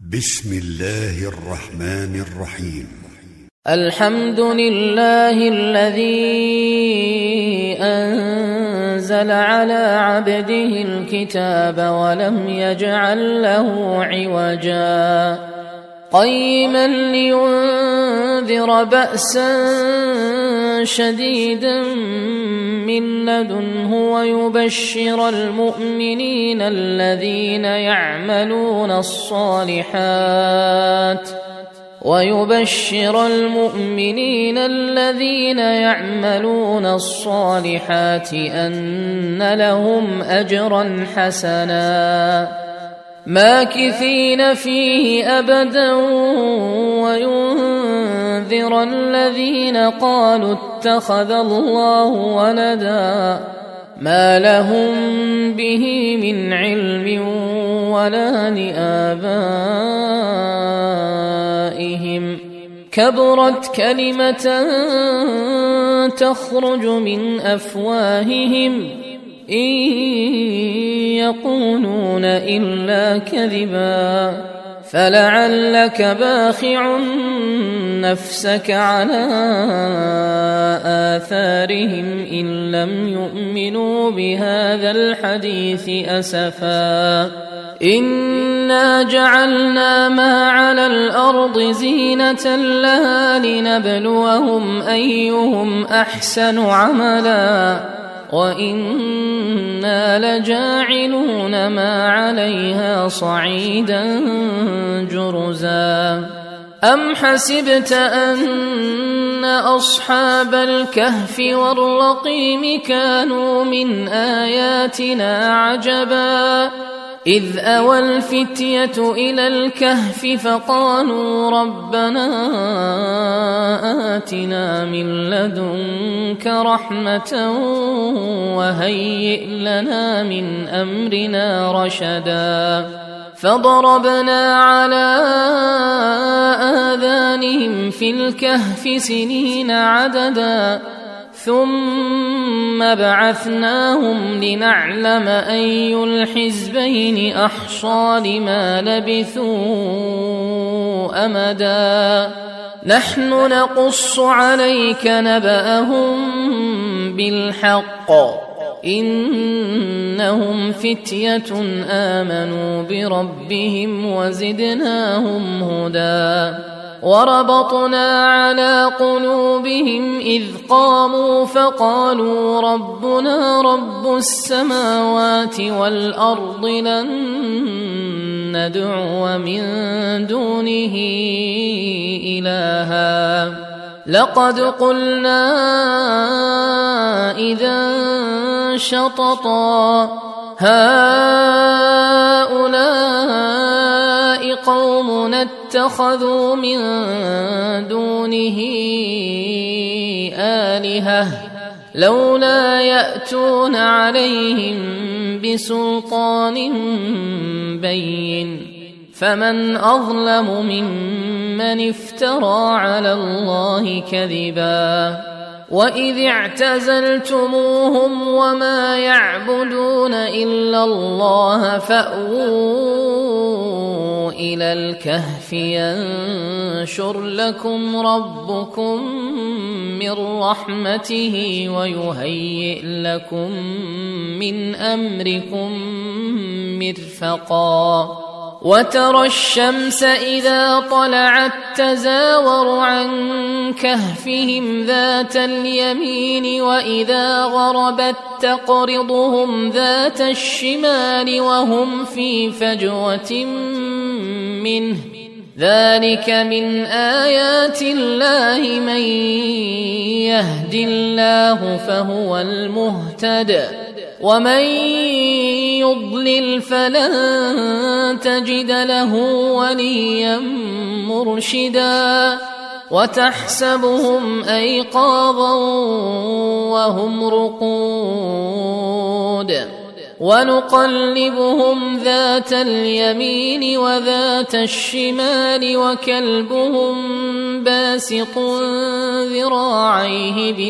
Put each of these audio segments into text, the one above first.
بسم الله الرحمن الرحيم. الحمد لله الذي أنزل على عبده الكتاب ولم يجعل له عوجا قيما لينذر بأسا شديدا من لدنه ويبشر المؤمنين الذين يعملون الصالحات أن لهم أجرا حسنا ماكثين فيه أبدا وينذر الذين قالوا اتخذ الله ولدا ما لهم به من علم ولا لآبائهم كبرت كلمة تخرج من أفواههم إن يقولون إلا كذبا فلعلك باخع نفسك على آثارهم إن لم يؤمنوا بهذا الحديث أسفا إنا جعلنا ما على الأرض زينة لها لنبلوهم أيهم أحسن عملا وإنا لجاعلون ما عليها صعيدا جرزا أم حسبت أن أصحاب الكهف والرقيم كانوا من آياتنا عجبا إذ أوى الفتية إلى الكهف فقالوا ربنا آتنا من لدنك رحمة وهيئ لنا من أمرنا رشدا فضربنا على آذانهم في الكهف سنين عددا ثم بعثناهم لنعلم أي الحزبين أحصى لما لبثوا أمدا نحن نقص عليك نبأهم بالحق إنهم فتية آمنوا بربهم وزدناهم هدى وربطنا على قلوبهم إذ قاموا فقالوا ربنا رب السماوات والأرض لن ندعو من دونه إلها لقد قلنا إذا شططا هؤلاء قومنا اتخذوا من دونه آلهة لولا يأتون عليهم بسلطان بين فمن أظلم ممن افترى على الله كذبا وإذ اعتزلتموهم وما يعبدون إلا الله فأووا إلى الكهف ينشر لكم ربكم من رحمته ويهيئ لكم من أمركم مرفقا وترى الشمس إذا طلعت تزاور عن كهفهم ذات اليمين وإذا غربت تقرضهم ذات الشمال وهم في فجوة منه ذلك من آيات الله من يهد الله فهو المهتد ومن يضلل فلن تجد له وليا مرشدا وتحسبهم أيقاظا وهم رقود ونقلبهم ذات اليمين وذات الشمال وكلبهم باسط ذراعيه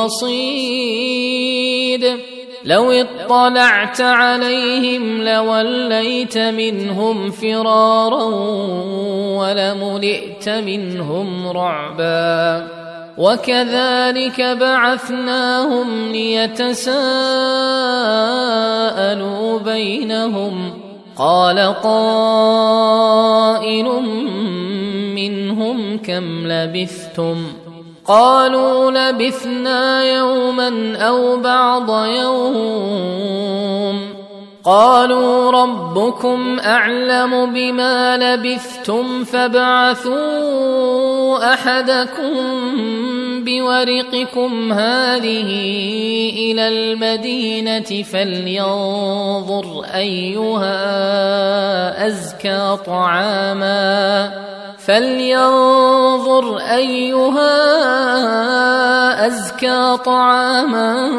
بالوصيد لو اطلعت عليهم لوليت منهم فرارا ولملئت منهم رعبا. وكذلك بعثناهم ليتساءلوا بينهم قال قائل منهم كم لبثتم قالوا لبثنا يوما أو بعض يوم قالوا ربكم أعلم بما لبثتم فابعثوا أحدكم بورقكم هذه إلى المدينة فلينظر أيها أزكى طعاما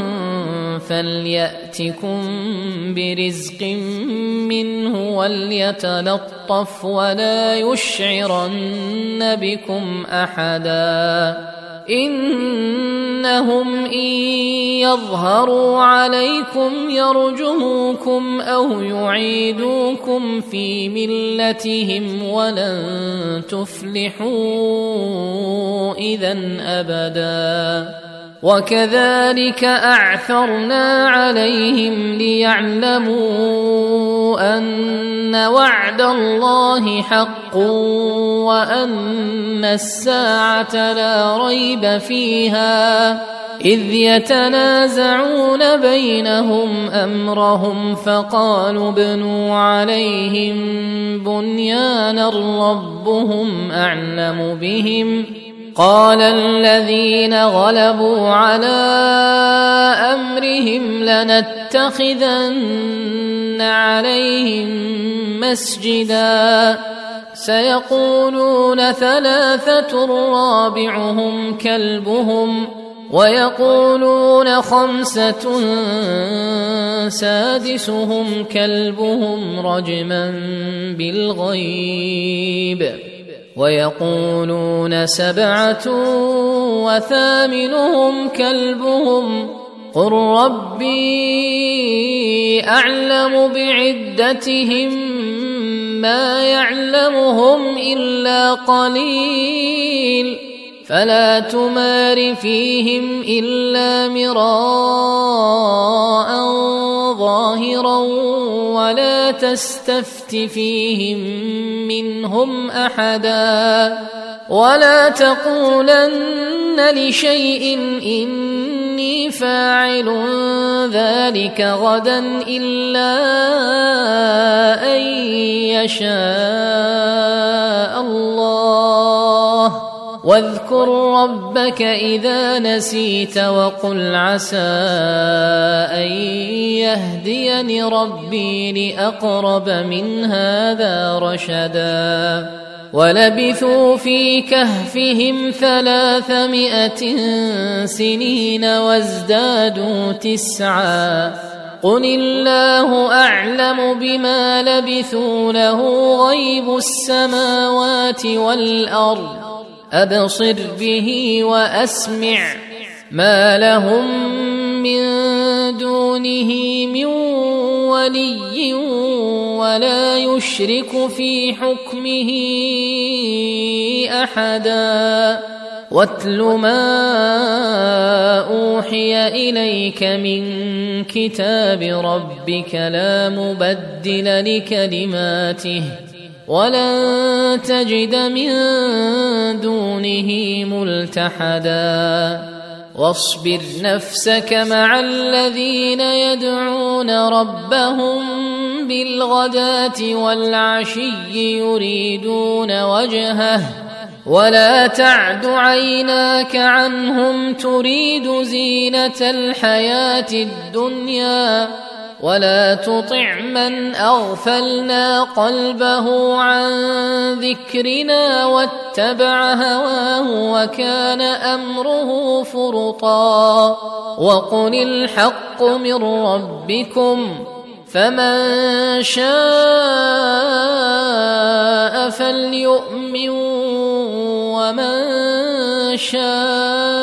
فليأتكم برزق منه وليتلطف ولا يشعرن بكم أحدا إنهم إن يظهروا عليكم يرجموكم أو يعيدوكم في ملتهم ولن تفلحوا إذا أبدا. وكذلك أعثرنا عليهم ليعلموا أن وعد الله حق وأن الساعة لا ريب فيها إذ يتنازعون بينهم أمرهم فقالوا ابنوا عليهم بنيانا ربهم أعلم بهم قال الذين غلبوا على أمرهم لنتخذن عليهم مسجدا سيقولون ثلاثة رابعهم كلبهم ويقولون خمسة سادسهم كلبهم رجما بالغيب ويقولون سبعة وثامنهم كلبهم قل ربي أعلم بعدتهم ما يعلمهم إلا قليل فلا تمار فيهم إلا مراء ظاهرا ولا تستفت فيهم منهم أحدا ولا تقولن لشيء إني فاعل ذلك غدا إلا أن يشاء الله واذكر ربك إذا نسيت وقل عسى أن يهديني ربي لأقرب من هذا رشدا ولبثوا في كهفهم 300 سنين وازدادوا 9 قل الله أعلم بما لبثوا له غيب السماوات والأرض أبصر به وأسمع ما لهم من دونه من ولي ولا يشرك في حكمه أحدا واتل ما أوحي إليك من كتاب ربك لا مبدل لكلماته ولن تجد من دونه ملتحدا واصبر نفسك مع الذين يدعون ربهم بالغداة والعشي يريدون وجهه ولا تعد عيناك عنهم تريد زينة الحياة الدنيا ولا تطع من أغفلنا قلبه عن ذكرنا واتبع هواه وكان أمره فرطا وقل الحق من ربكم فمن شاء فليؤمن ومن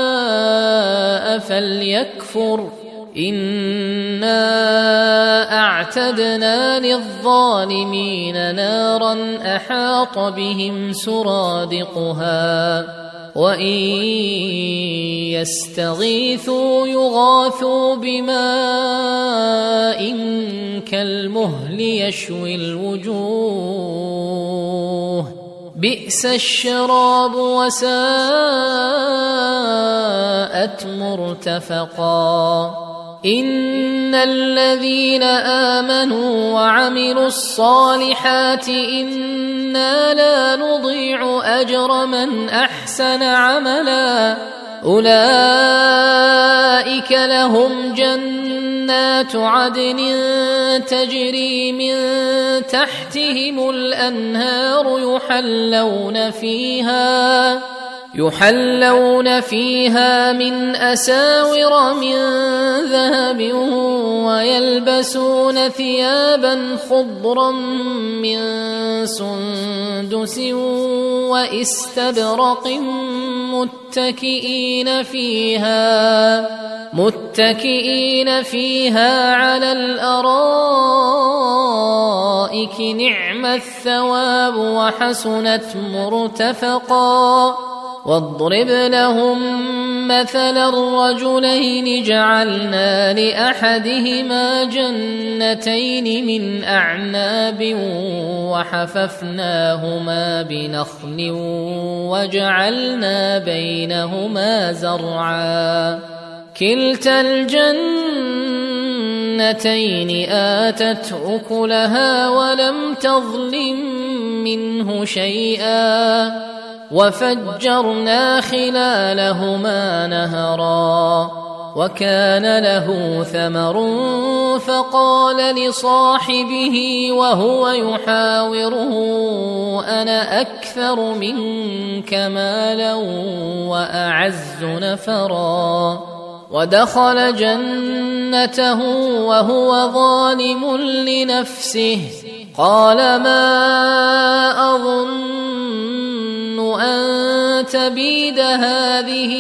شاء فليكفر إنا أعتدنا للظالمين نارا أحاط بهم سرادقها وإن يستغيثوا يغاثوا بماء كالمهل يشوي الوجوه بئس الشراب وساءت مرتفقا إن الذين آمنوا وعملوا الصالحات إنا لا نضيع أجر من أحسن عملا أولئك لهم جنات عدن تجري من تحتهم الأنهار يحلون فيها من أساور من ذهب ويلبسون ثيابا خضرا من سندس واستبرق متكئين فيها على الأرائك نعم الثواب وحسنت مرتفقا واضرب لهم مثلا الرجلين جعلنا لأحدهما جنتين من أعناب وحففناهما بنخل وجعلنا بينهما زرعا كلتا الجنتين آتت أكلها ولم تظلم منه شيئا وفجرنا خلالهما نهرا وكان له ثمر فقال لصاحبه وهو يحاوره أنا أكثر منك مالا وأعز نفرا ودخل جنته وهو ظالم لنفسه قال ما أظن أن تبيد هذه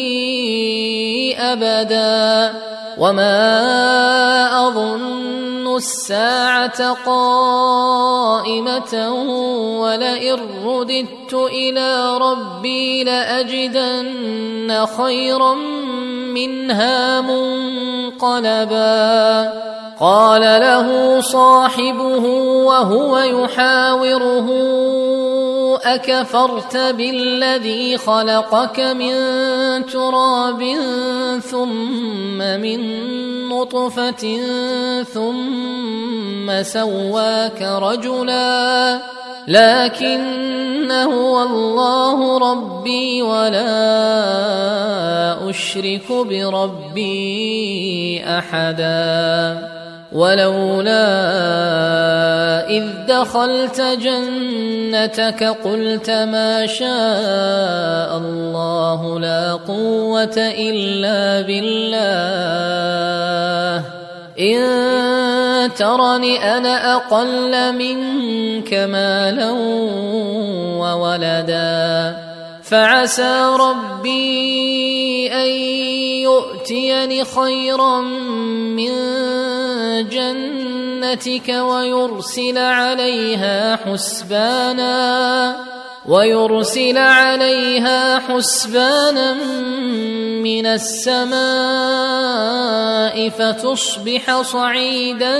أبدا وما أظن الساعة قائمة ولئن رددت إلى ربي لأجدن خيرا منها منقلبا قال له صاحبه وهو يحاوره أكفرت بالذي خلقك من تراب ثم من نطفة ثم سواك رجلا لكن هو الله ربي ولا أشرك بربي أحدا ولولا إذ دخلت جنتك قلت ما شاء الله لا قوة إلا بالله إن ترني أنا أقل منك مالا وولدا فعسى ربي أن يؤتيني خيرا من جنتك ويرسل عليها حسبانا من السماء فتصبح صعيدا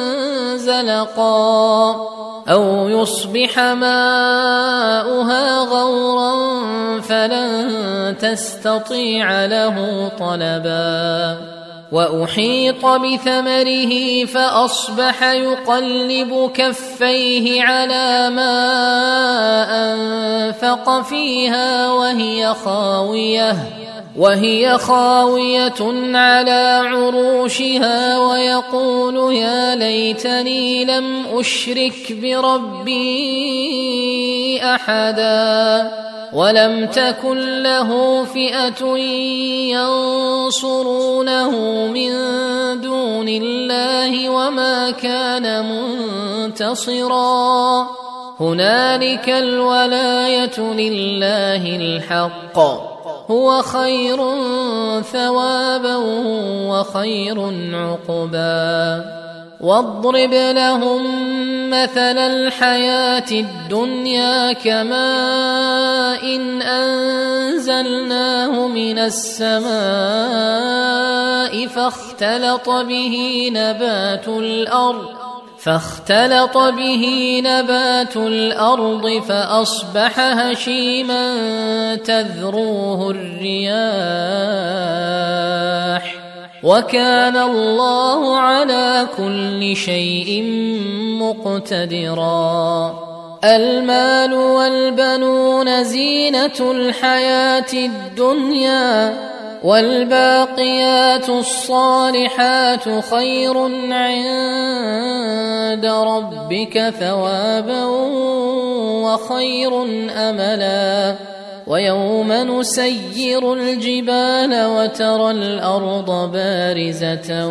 زلقا أو يصبح ماؤها غورا فلن تستطيع له طلبا وأحيط بثمره فأصبح يقلب كفيه على ما أنفق فيها وهي خاوية على عروشها ويقول يا ليتني لم أشرك بربي أحدا ولم تكن له فئة ينصرونه من دون الله وما كان منتصرا هنالك الولاية لله الحق هو خير ثوابا وخير عقبا واضرب لهم مثل الحياة الدنيا كماء إن أنزلناه من السماء فاختلط به نبات الأرض فأصبح هشيما تذروه الرياح وكان الله على كل شيء مقتدرا. المال والبنون زينة الحياة الدنيا والباقيات الصالحات خير عند ربك ثوابا وخير أملا. ويوم نسير الجبال وترى الأرض بارزة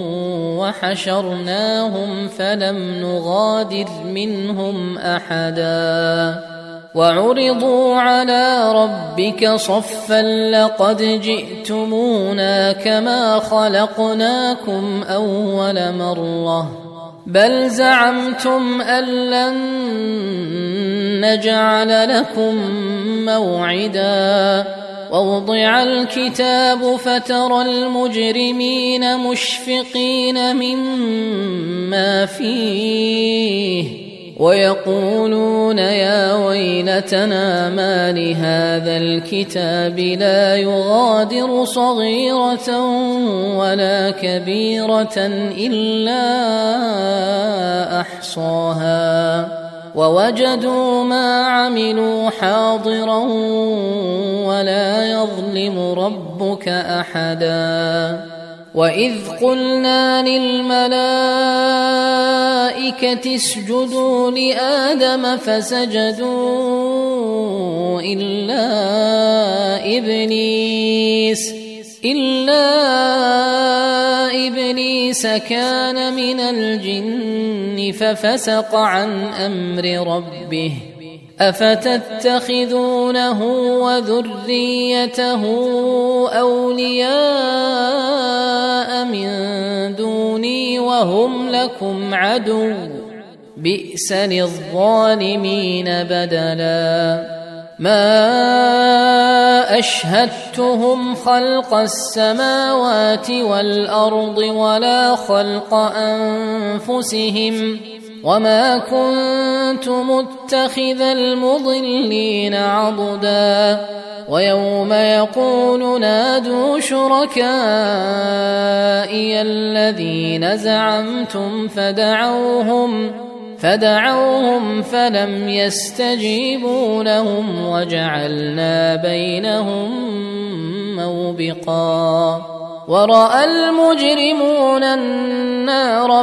وحشرناهم فلم نغادر منهم أحدا وعرضوا على ربك صفا لقد جئتمونا كما خلقناكم أول مرة بل زعمتم أن لن نجعل لكم موعدا. ووضع الكتاب فترى المجرمين مشفقين مما فيه ويقولون يا ويلتنا ما لهذا الكتاب لا يغادر صغيرة ولا كبيرة إلا أحصاها ووجدوا ما عملوا حاضرا ولا يظلم ربك أحدا. وإذ قلنا للملائكة اسجدوا لآدم فسجدوا إلا إبليس كان من الجن ففسق عن أمر ربه أفتتخذونه وذريته أولياء من دوني وهم لكم عدو بئس للظالمين بدلا. ما أشهدتهم خلق السماوات والأرض ولا خلق أنفسهم وما كنت متخذ المضلين عضدا. ويوم يقول نادوا شركائي الذين زعمتم فدعوهم فلم يستجيبوا لهم وجعلنا بينهم موبقا. ورأى المجرمون النار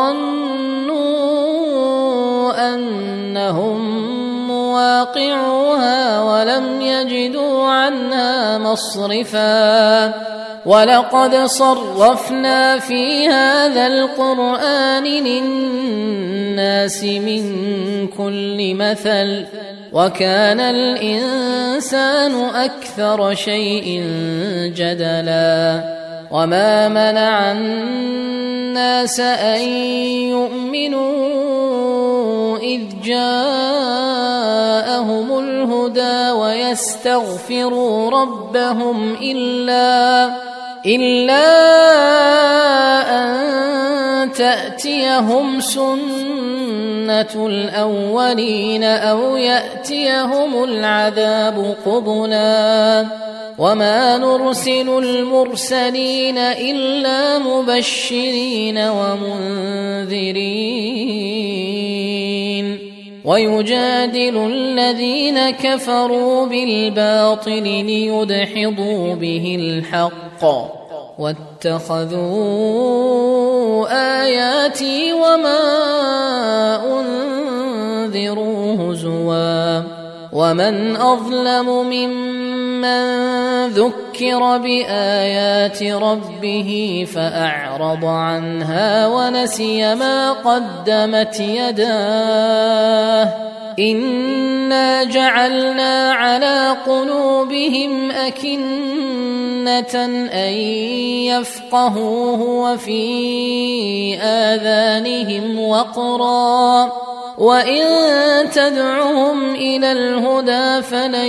فظنوا أنهم مواقعوها ولم يجدوا عنها مصرفا. ولقد صرفنا في هذا القرآن للناس من كل مثل وكان الإنسان أكثر شيء جدلا. وما منع الناس أن يؤمنوا إذ جاءهم الهدى ويستغفروا ربهم إلا أن تأتيهم سنة الأولين أو يأتيهم العذاب قبلا. وما نرسل المرسلين إلا مبشرين ومنذرين ويجادل الذين كفروا بالباطل ليدحضوا به الحق واتخذوا آياتي وما أنذروا هزوا. ومن أظلم ممن ذكر بآيات ربه فأعرض عنها ونسي ما قدمت يداه إنا جعلنا على قلوبهم أكنة أن يفقهوه وفي آذانهم وقرا وإن تدعهم إلى الهدى فلن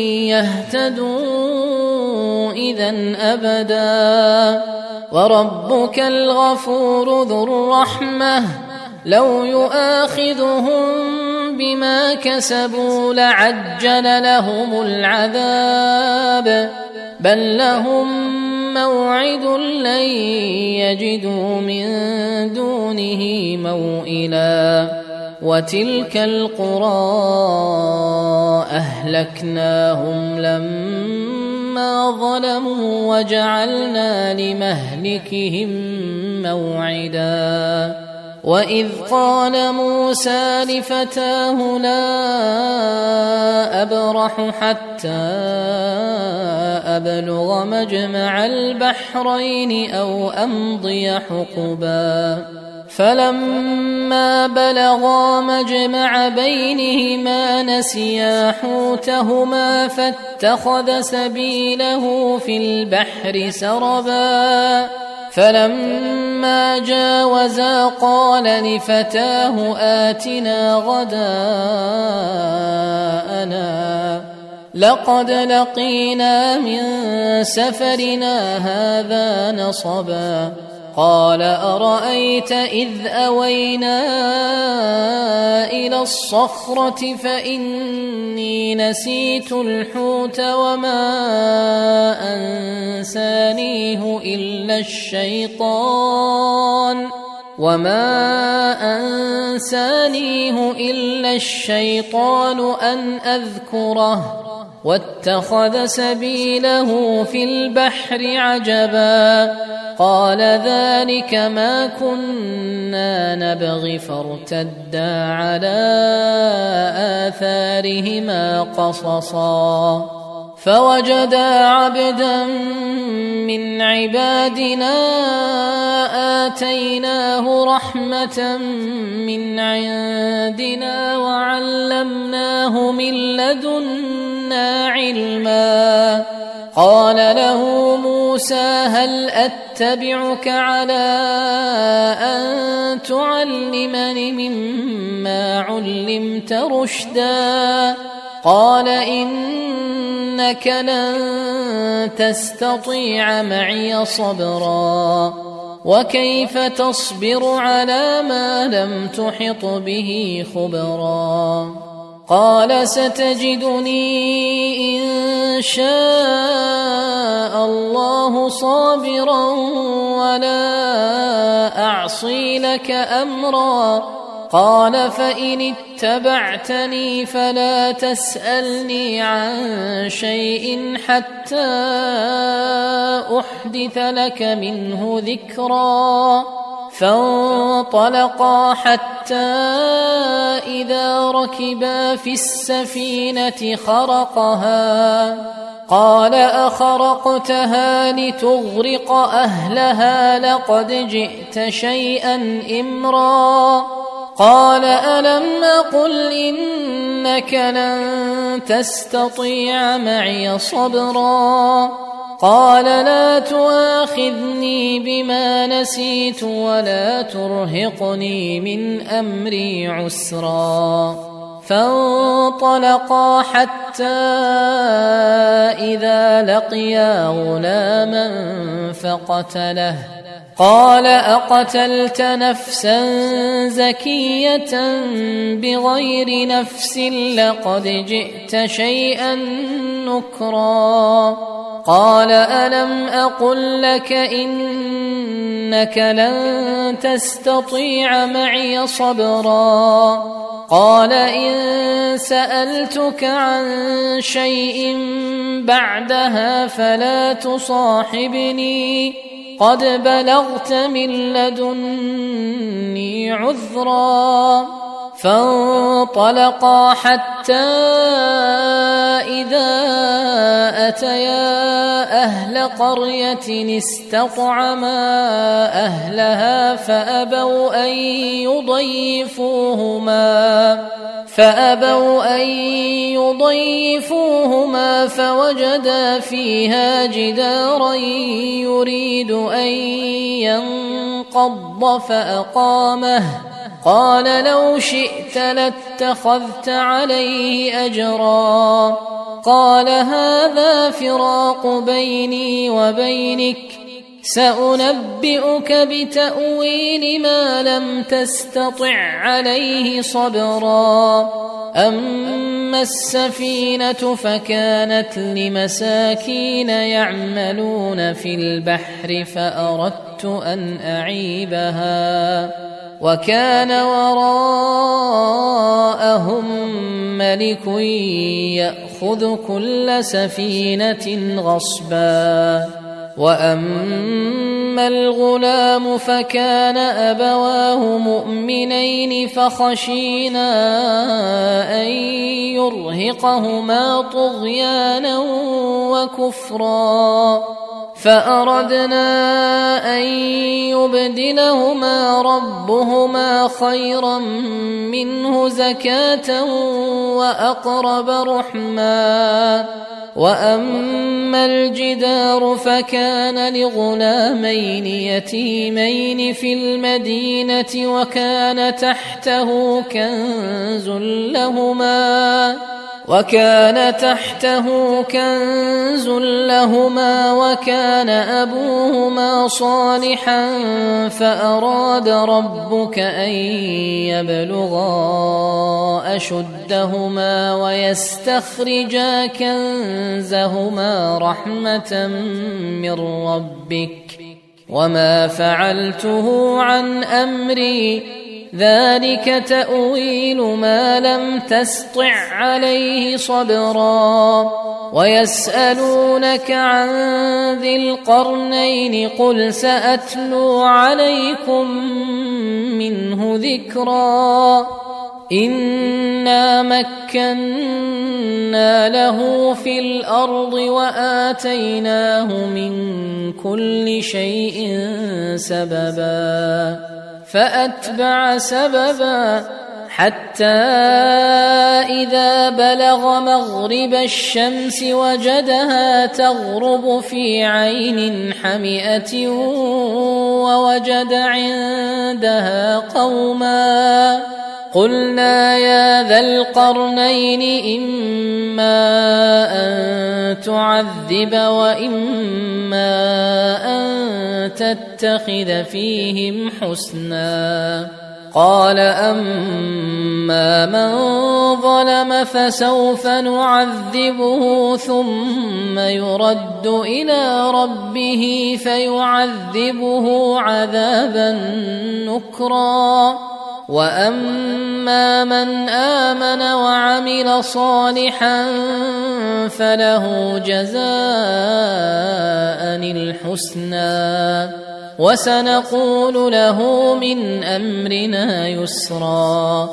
يهتدوا إذن أبدا وربك الغفور ذو الرحمة لو يؤاخذهم بما كسبوا لعجل لهم العذاب بل لهم موعد لن يجدوا من دونه موئلا وتلك القرى أهلكناهم لما ظلموا وجعلنا لمهلكهم موعدا وإذ قال موسى لفتاه لا أبرح حتى أبلغ مجمع البحرين أو أمضي حقبا فلما بلغا مجمع بينهما نسيا حوتهما فاتخذ سبيله في البحر سربا فلما جاوزا قال لفتاه آتنا غداءنا لقد لقينا من سفرنا هذا نصبا قال أرأيت إذ أوينا إلى الصخرة فإني نسيت الحوت وما أنسانيه إلا الشيطان أن أذكره واتخذ سبيله في البحر عجبا قال ذلك ما كنا نبغي فارتدا على آثارهما قصصا فوجدا عبدا من عبادنا آتيناه رحمة من عندنا وعلمناه من لدنا علما قال له موسى هل أتبعك على أن تعلمني مما علمت رشدا قال إنك لن تستطيع معي صبرا وكيف تصبر على ما لم تحط به خبرا قال ستجدني إن شاء الله صابرا ولا أعصي لك أمرا قال فإن اتبعتني فلا تسألني عن شيء حتى أحدث لك منه ذكرا فانطلقا حتى إذا ركبا في السفينة خرقها قال أخرقتها لتغرق أهلها لقد جئت شيئا إمرا قال ألم أقل إنك لن تستطيع معي صبرا قال لا تؤاخذني بما نسيت ولا ترهقني من أمري عسرا فانطلقا حتى إذا لقيا غلاما فقتله قال أقتلت نفسا زكية بغير نفس لقد جئت شيئا نكرا قال ألم أقل لك إنك لن تستطيع معي صبرا قال إن سألتك عن شيء بعدها فلا تصاحبني قد بلغت من لدني عذرا فانطلقا حتى إذا أتيا أهل قرية استطعما أهلها فأبوا أن يضيفوهما فأبوا أن يضيفوهما فوجدا فيها جدارا يريد أن ينقض فأقامه قال لو شئت لاتخذت عليه أجرا قال هذا فراق بيني وبينك سأنبئك بتأويل ما لم تستطع عليه صبرا أما السفينة فكانت لمساكين يعملون في البحر فأردت أن أعيبها وكان وراءهم ملك يأخذ كل سفينة غصبا وأما الغلام فكان أبواه مؤمنين فخشينا أن يرهقهما طغيانا وكفرا فأردنا أن يبدلهما ربهما خيرا منه زكاة وأقرب رحما وأما الجدار فكان لغلامين يتيمين في المدينة وكان تحته كنز لهما وكان أبوهما صالحا فأراد ربك أن يبلغا أشدهما ويستخرجا كنزهما رحمة من ربك وما فعلته عن أمري ذلك تأويل ما لم تسطع عليه صبرا ويسألونك عن ذي القرنين قل سأتلو عليكم منه ذكرا إنا مكنا له في الأرض وآتيناه من كل شيء سببا فأتبع سببا حتى إذا بلغ مغرب الشمس وجدها تغرب في عين حمئة ووجد عندها قوما قلنا يا ذا القرنين إما أن تعذب وإما أن تتخذ فيهم حسنا قال أما من ظلم فسوف نعذبه ثم يرد إلى ربه فيعذبه عذابا نكرا وأما من آمن وعمل صالحا فله جزاء الحسنى وسنقول له من أمرنا يسرا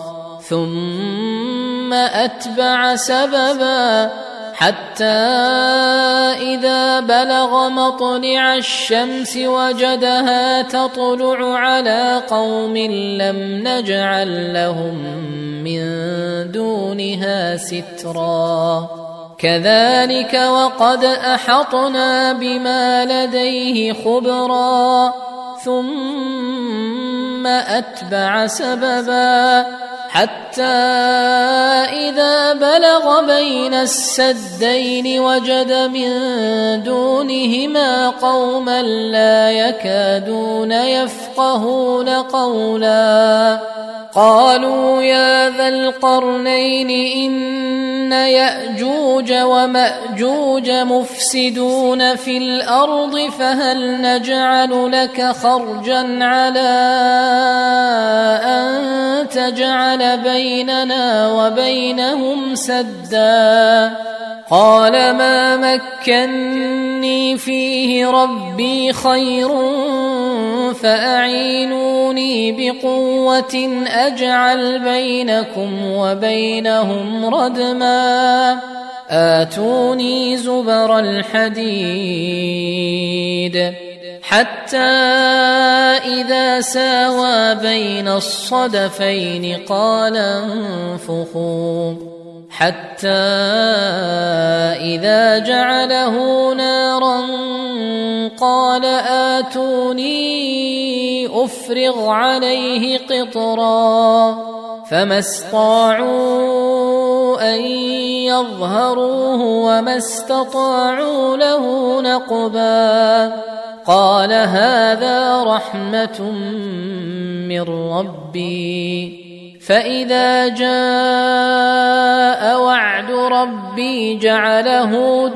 ثم أتبع سببا حتى إذا بلغ مطلع الشمس وجدها تطلع على قوم لم نجعل لهم من دونها سترا كذلك وقد أحطنا بما لديه خبرا ثم أتبع سببا حتى إذا بلغ بين السدين وجد من دونهما قوما لا يكادون يفقهون قولا قالوا يا ذا القرنين إن يأجوج ومأجوج مفسدون في الأرض فهل نجعل لك خرجا على أن تجعل بيننا وبينهم سدا قال ما مكني فيه ربي خير فأعينوني بقوة أجعل بينكم وبينهم ردما آتوني زبر الحديد حتى إذا ساوى بين الصدفين قال انفخوا حتى إذا جعله نارا قال آتوني أفرغ عليه قطرا فما استطاعوا أن يظهروه وما استطاعوا له نقبا قال هذا رحمة من ربي فإذا جاء وعد ربي جعله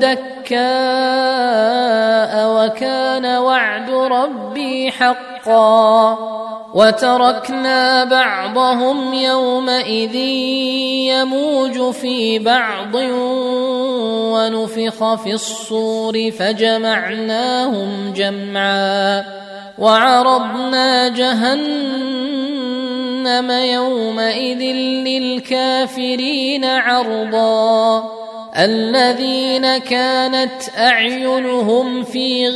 دكاء وكان وعد ربي حقا وتركنا بعضهم يومئذ يموج في بعض ونفخ في الصور فجمعناهم جمعا وعرضنا جهنم يومئذ للكافرين عرضا الذين كانت أعينهم في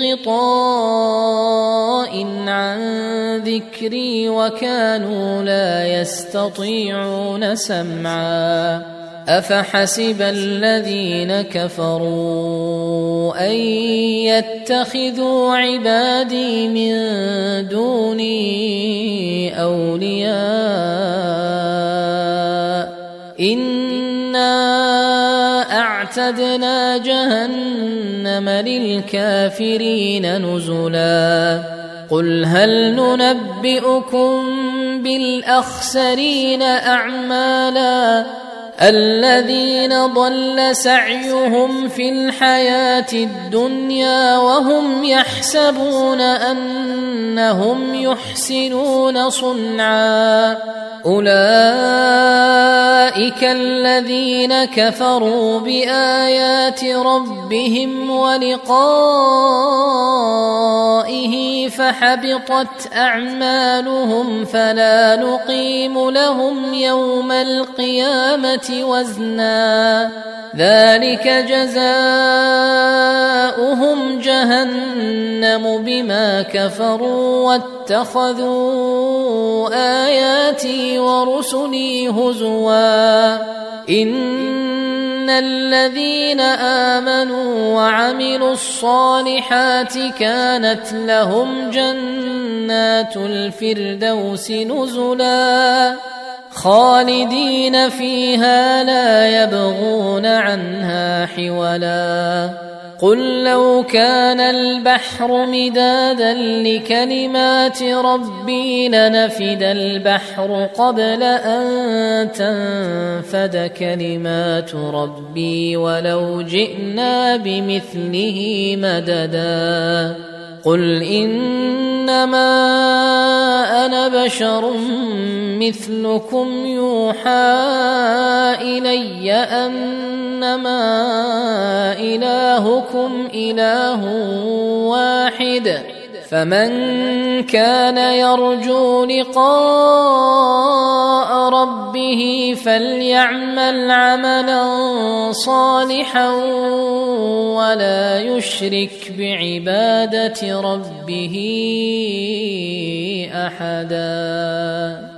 غطاء عن ذكري وكانوا لا يستطيعون سمعا أفحسب الذين كفروا أن يتخذوا عبادي من دوني أولياء إنا أعتدنا جهنم للكافرين نزلا قل هل ننبئكم بالأخسرين أعمالا الذين ضل سعيهم في الحياة الدنيا وهم يحسبون أنهم يحسنون صنعا أولئك الذين كفروا بآيات ربهم ولقائه فحبطت أعمالهم فلا نقيم لهم يوم القيامة وزنا ذلك جزاؤهم جهنم بما كفروا واتخذوا آياتي ورسلي هزوا إن الذين آمنوا وعملوا الصالحات كانت لهم جنات الفردوس نزلا خالدين فيها لا يبغون عنها حولا قل لو كان البحر مدادا لكلمات ربي لنفد البحر قبل أن تنفد كلمات ربي ولو جئنا بمثله مددا قل إنما أنا بشر مثلكم يوحى إلي أنما إلهكم إله واحد فمن كان يرجو لقاء ربه فليعمل عملا صالحا ولا يشرك بعبادة ربه أحدا.